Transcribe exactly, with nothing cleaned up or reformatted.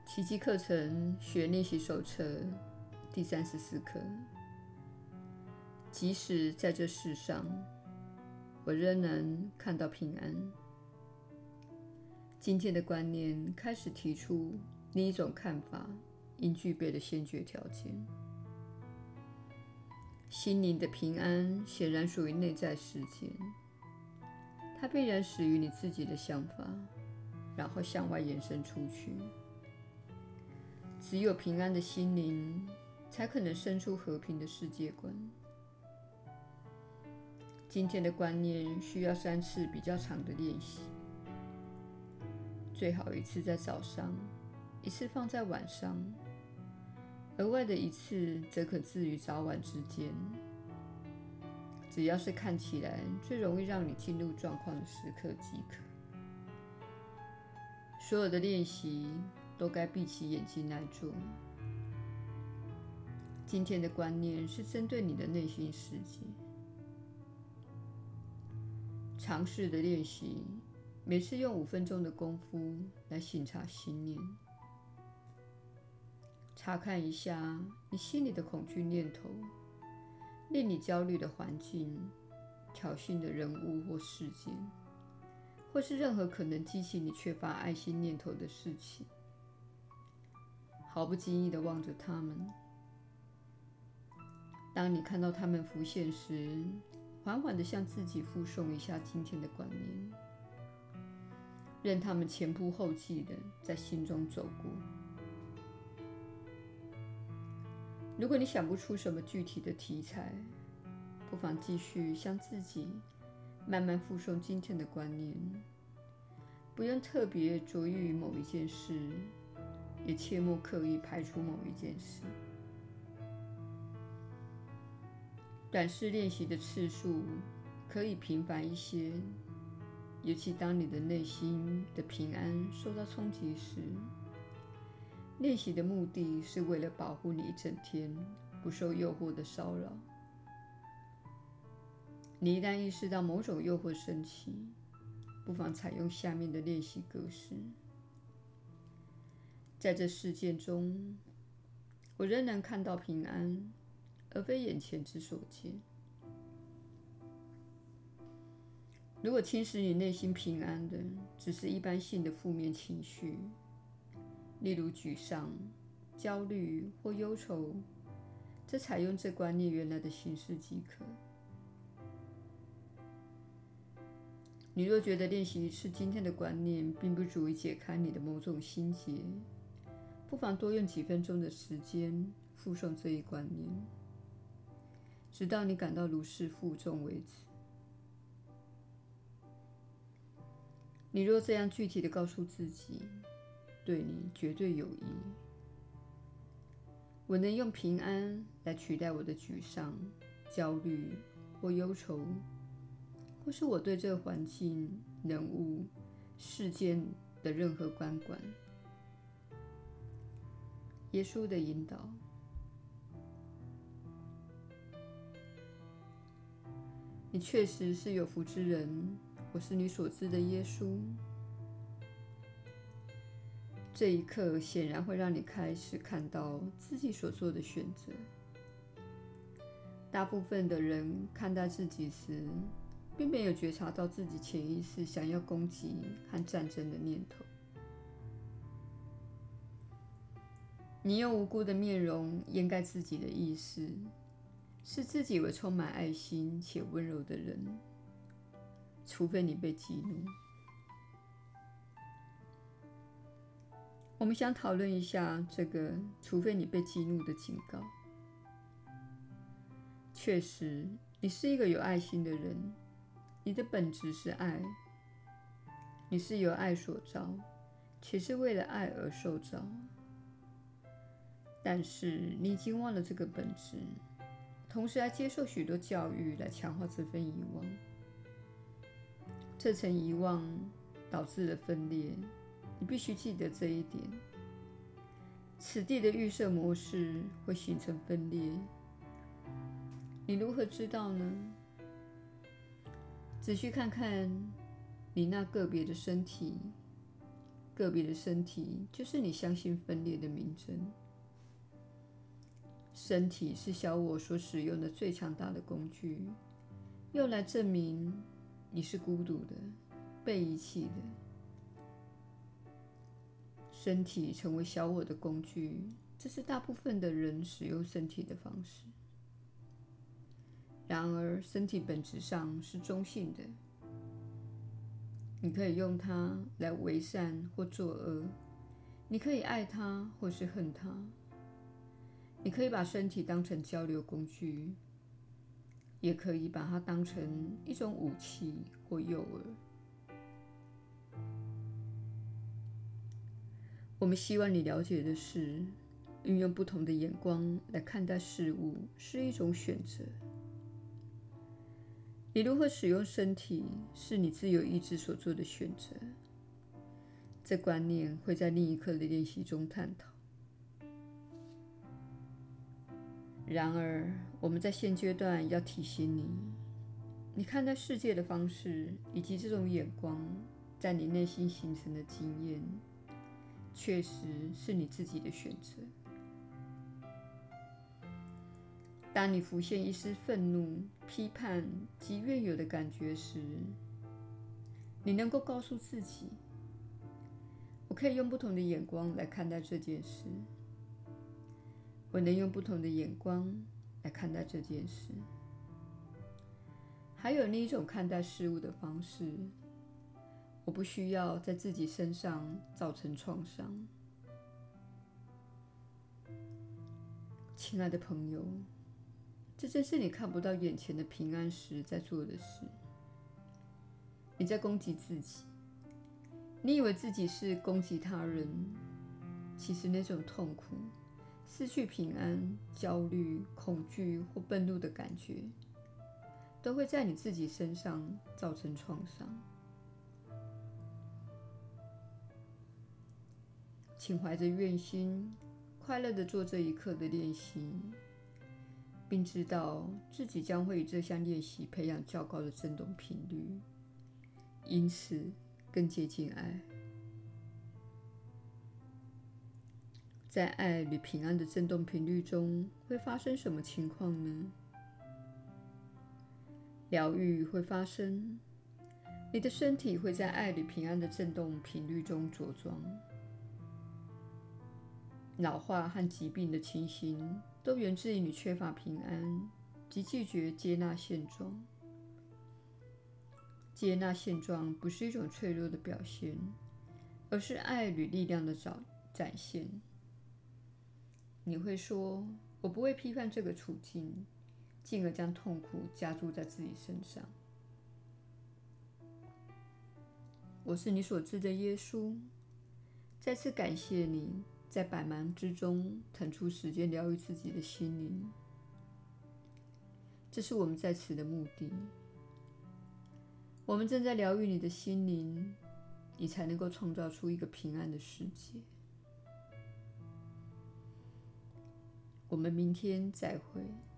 奇迹课程学练习手册第三十四课。即使在这世上，我仍能看到平安。今天的观念开始提出另一种看法应具备的先决条件。心灵的平安显然属于内在世界，它必然始于你自己的想法，然后向外延伸出去。只有平安的心灵才可能生出和平的世界观。今天的观念需要三次比较长的练习，最好一次在早上，一次放在晚上，额外的一次则可置于早晚之间。只要是看起来最容易让你进入状况的时刻即可。所有的练习都该闭起眼睛来做。今天的观念是针对你的内心世界。尝试的练习，每次用五分钟的功夫来省察心念，查看一下你心里的恐惧念头、令你焦虑的环境、挑衅的人物或事件，或是任何可能激起你缺乏爱心念头的事情。毫不经意地望着它们。当你看到它们浮现时，缓缓地向自己复诵一下今天的观念，任它们前仆后继地在心中走过。如果你想不出什么具体的题材，不妨继续向自己慢慢复诵今天的观念，不用特别着意于某一件事，也切莫刻意排除某一件事。短视练习的次数可以频繁一些，尤其当你的内心的平安受到冲击时。练习的目的是为了保护你一整天不受诱惑的骚扰。你一旦意识到某种诱惑升起，不妨采用下面的练习格式。在这事件中，我仍能看到平安，而非眼前之所见。如果侵蚀你内心平安的只是一般性的负面情绪，例如沮丧、焦虑或忧愁，则采用这观念原来的形式即可。你若觉得练习一次今天的观念并不足以解开你的某种心结，不妨多用几分钟的时间复诵这一观念，直到你感到如释负重为止。你若这样具体地告诉自己，对你绝对有益。我能用平安来取代我的沮丧、焦虑或忧愁，或是我对这个环境、人物、事件的任何观感。耶稣的引导。你确实是有福之人，我是你所知的耶稣。这一刻显然会让你开始看到自己所做的选择。大部分的人看待自己时，并没有觉察到自己潜意识想要攻击和战争的念头。你用无辜的面容掩盖自己的意识，视自己为充满爱心且温柔的人，除非你被激怒。我们想讨论一下这个除非你被激怒的警告。确实，你是一个有爱心的人，你的本质是爱，你是由爱所造，且是为了爱而受造。但是你已经忘了这个本质，同时还接受许多教育来强化这份遗忘。这层遗忘导致了分裂，你必须记得这一点。此地的预设模式会形成分裂，你如何知道呢？只需看看你那个别的身体、 个别的身体就是你相信分裂的明证。身体是小我所使用的最强大的工具，用来证明你是孤独的、被遗弃的。身体成为小我的工具，这是大部分的人使用身体的方式。然而，身体本质上是中性的，你可以用它来为善或作恶，你可以爱它或是恨它，你可以把身体当成交流工具，也可以把它当成一种武器或诱饵。我们希望你了解的是，运用不同的眼光来看待事物是一种选择。你如何使用身体，是你自由意志所做的选择。这观念会在另一课的练习中探讨。然而，我们在现阶段要提醒你，你看待世界的方式以及这种眼光在你内心形成的经验，确实是你自己的选择。当你浮现一丝愤怒、批判及怨尤的感觉时，你能够告诉自己：我可以用不同的眼光来看待这件事。我能用不同的眼光来看待这件事。还有另一种看待事物的方式，我不需要在自己身上造成创伤。亲爱的朋友，这正是你看不到眼前的平安时在做的事。你在攻击自己，你以为自己是攻击他人，其实那种痛苦、失去平安、焦虑、恐惧或愤怒的感觉，都会在你自己身上造成创伤。请怀着愿心，快乐地做这一刻的练习，并知道自己将会与这项练习培养较高的振动频率，因此更接近爱。在爱与平安的振动频率中会发生什么情况呢？疗愈会发生，你的身体会在爱与平安的振动频率中着装。老化和疾病的情形都源自于你缺乏平安及拒绝接纳现状。接纳现状不是一种脆弱的表现，而是爱与力量的展现。你会说：“我不会批判这个处境，进而将痛苦加诸在自己身上。”我是你所知的耶稣，再次感谢你在百忙之中腾出时间疗愈自己的心灵。这是我们在此的目的。我们正在疗愈你的心灵，你才能够创造出一个平安的世界。我们明天再会。